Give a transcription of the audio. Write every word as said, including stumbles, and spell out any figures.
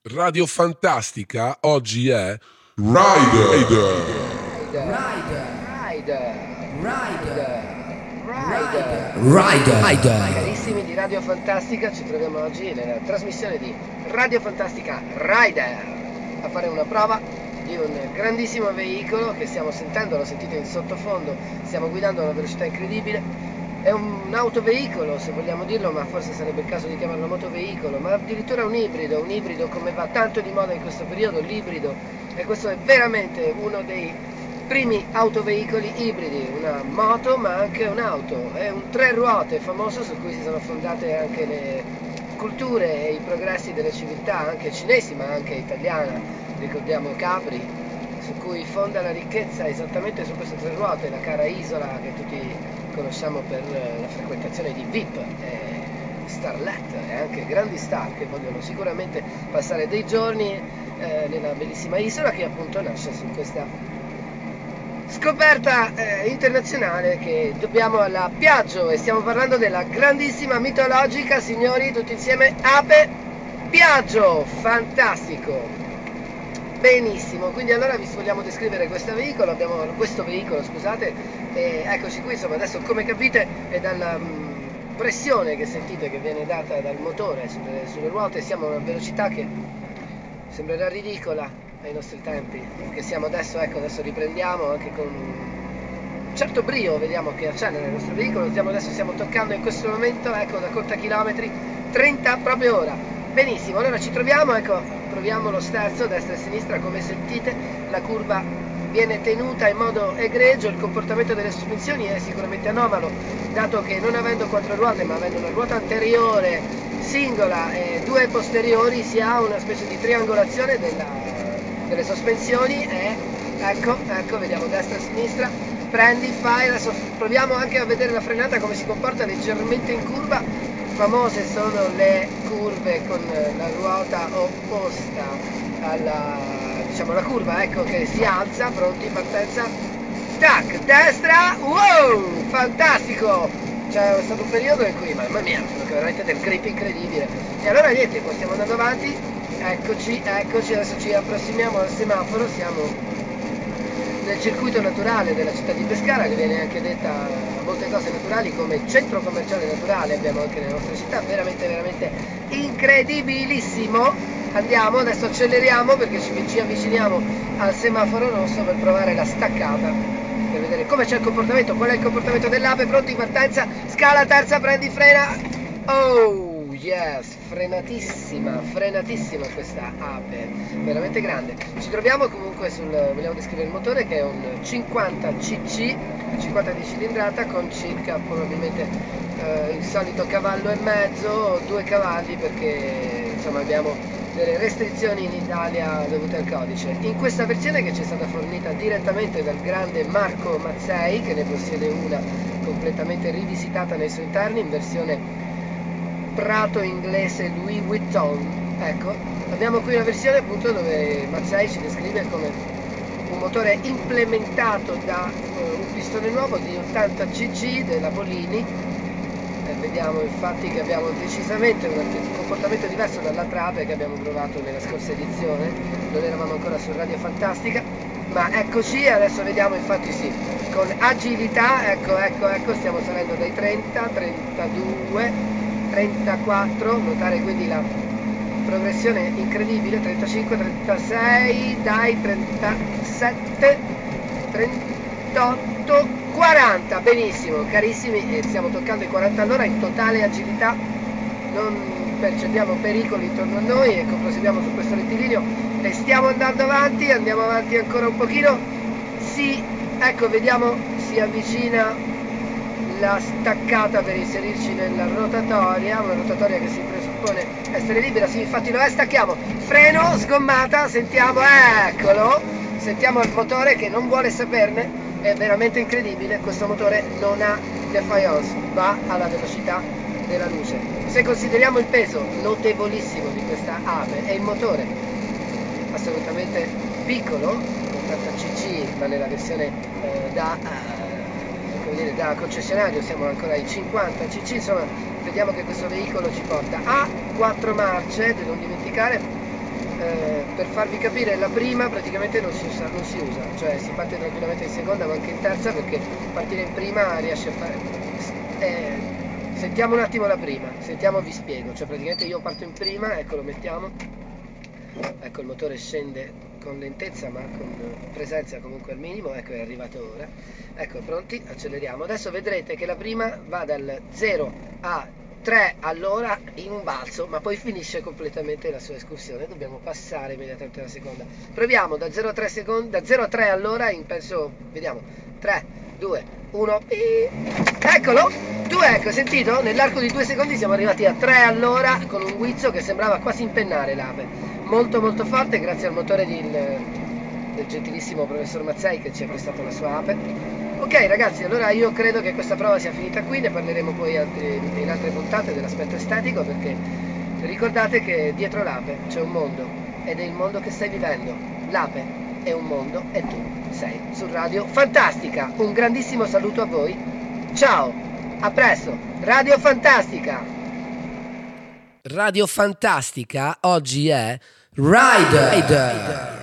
Radio Fantastica oggi è Rider. Rider. Rider. Rider. Rider. Rider. Rider. Carissimi di Radio Fantastica, ci troviamo oggi nella trasmissione di Radio Fantastica Rider a fare una prova di un grandissimo veicolo che stiamo sentendo, lo sentite in sottofondo, stiamo guidando a una velocità incredibile. È un autoveicolo, se vogliamo dirlo, ma forse sarebbe il caso di chiamarlo motoveicolo, ma addirittura un ibrido, un ibrido come va tanto di moda in questo periodo, l'ibrido, e questo è veramente uno dei primi autoveicoli ibridi, una moto ma anche un'auto, è un tre ruote famoso su cui si sono fondate anche le culture e i progressi delle civiltà, anche cinesi ma anche italiana, ricordiamo Capri, su cui fonda la ricchezza esattamente su queste tre ruote, la cara Isola che tutti conosciamo per la frequentazione di V I P e starlet e anche grandi star che vogliono sicuramente passare dei giorni eh, nella bellissima isola che appunto nasce su questa scoperta eh, internazionale che dobbiamo alla Piaggio, e stiamo parlando della grandissima mitologica, signori, tutti insieme, Ape Piaggio. Fantastico. Benissimo, quindi allora vi vogliamo descrivere questo veicolo, abbiamo questo veicolo, scusate, e eccoci qui, insomma, adesso come capite è dalla mh, pressione che sentite che viene data dal motore sulle, sulle ruote, siamo a una velocità che sembrerà ridicola ai nostri tempi, che siamo adesso, ecco, adesso riprendiamo anche con un certo brio, vediamo che accelera il nostro veicolo, stiamo, adesso stiamo toccando in questo momento, ecco, da contachilometri, trenta proprio ora. Benissimo, allora ci troviamo, ecco, troviamo lo sterzo destra e sinistra, come sentite la curva viene tenuta in modo egregio, il comportamento delle sospensioni è sicuramente anomalo, dato che non avendo quattro ruote ma avendo una ruota anteriore singola e due posteriori si ha una specie di triangolazione della, delle sospensioni e ecco, ecco, vediamo destra e sinistra, prendi, fai, adesso proviamo anche a vedere la frenata come si comporta leggermente in curva. Famose sono le curve con la ruota opposta alla, diciamo, la curva, ecco, che si alza, pronti, partenza, tac, destra, wow, fantastico! C'è stato un periodo in cui, mamma mia, veramente del grip incredibile. E allora niente, poi stiamo andando avanti, eccoci, eccoci, adesso ci approssimiamo al semaforo, siamo nel circuito naturale della città di Pescara, che viene anche detta a molte cose naturali come centro commerciale naturale, abbiamo anche nelle nostre città, veramente veramente incredibilissimo. Andiamo, adesso acceleriamo perché ci, ci avviciniamo al semaforo rosso per provare la staccata, per vedere come c'è il comportamento, qual è il comportamento dell'ape. Pronti, partenza, scala terza, prendi, frena, oh yes, frenatissima, frenatissima questa ape, veramente grande. Ci troviamo comunque sul, vogliamo descrivere il motore, che è un cinquanta cc, cinquanta di cilindrata con circa probabilmente eh, il solito cavallo e mezzo, due cavalli, perché insomma abbiamo delle restrizioni in Italia dovute al codice. In questa versione, che ci è stata fornita direttamente dal grande Marco Mazzei, che ne possiede una completamente rivisitata nei suoi interni in versione prato inglese Louis Vuitton, ecco, abbiamo qui una versione appunto dove Mazzei ci descrive come un motore implementato da uh, un pistone nuovo di ottanta cc della Polini. Eh, vediamo infatti che abbiamo decisamente un comportamento diverso dall'altra ape che abbiamo provato nella scorsa edizione, non eravamo ancora su Radio Fantastica, ma eccoci, adesso vediamo infatti sì, con agilità, ecco, ecco, ecco, stiamo salendo dai trenta, trentadue, trentaquattro, notare quindi la progressione incredibile, trentacinque, trentasei, dai, trentasette, trentotto, quaranta, benissimo, carissimi, e stiamo toccando i quaranta all'ora in totale agilità, non percepiamo pericoli intorno a noi, ecco, proseguiamo su questo rettilineo e stiamo andando avanti, andiamo avanti ancora un pochino, sì, ecco, vediamo, si avvicina la staccata per inserirci nella rotatoria, una rotatoria che si presuppone essere libera, sì, infatti lo è, stacchiamo, freno, sgommata, sentiamo, eccolo, sentiamo il motore che non vuole saperne, è veramente incredibile, questo motore non ha defiance, va alla velocità della luce. Se consideriamo il peso notevolissimo di questa ape e il motore assolutamente piccolo, ottanta cc, ma nella versione eh, da eh, Dire, da concessionario siamo ancora ai cinquanta cc, insomma vediamo che questo veicolo ci porta a quattro marce, da non dimenticare, eh, per farvi capire, la prima praticamente non si usa, non si usa, cioè si parte tranquillamente in seconda ma anche in terza, perché partire in prima riesce a fare... Eh, sentiamo un attimo la prima, sentiamo, vi spiego, cioè praticamente io parto in prima, ecco, lo mettiamo, ecco, il motore scende con lentezza ma con presenza comunque al minimo, ecco, è arrivato ora, ecco, pronti, acceleriamo. Adesso vedrete che la prima va dal zero a tre all'ora in un balzo, ma poi finisce completamente la sua escursione, dobbiamo passare immediatamente alla seconda. Proviamo da zero a tre secondi, da zero a tre all'ora in, penso, vediamo, tre, due, uno, eccolo, due, ecco, sentito? Nell'arco di due secondi siamo arrivati a tre all'ora con un guizzo che sembrava quasi impennare l'ape. Molto molto forte, grazie al motore del, del gentilissimo professor Mazzei che ci ha prestato la sua ape. Ok ragazzi, allora io credo che questa prova sia finita qui, ne parleremo poi altri, in altre puntate dell'aspetto estetico, perché ricordate che dietro l'ape c'è un mondo, ed è il mondo che stai vivendo. L'ape è un mondo e tu sei su Radio Fantastica. Un grandissimo saluto a voi, ciao, a presto, Radio Fantastica. Radio Fantastica oggi è Rider.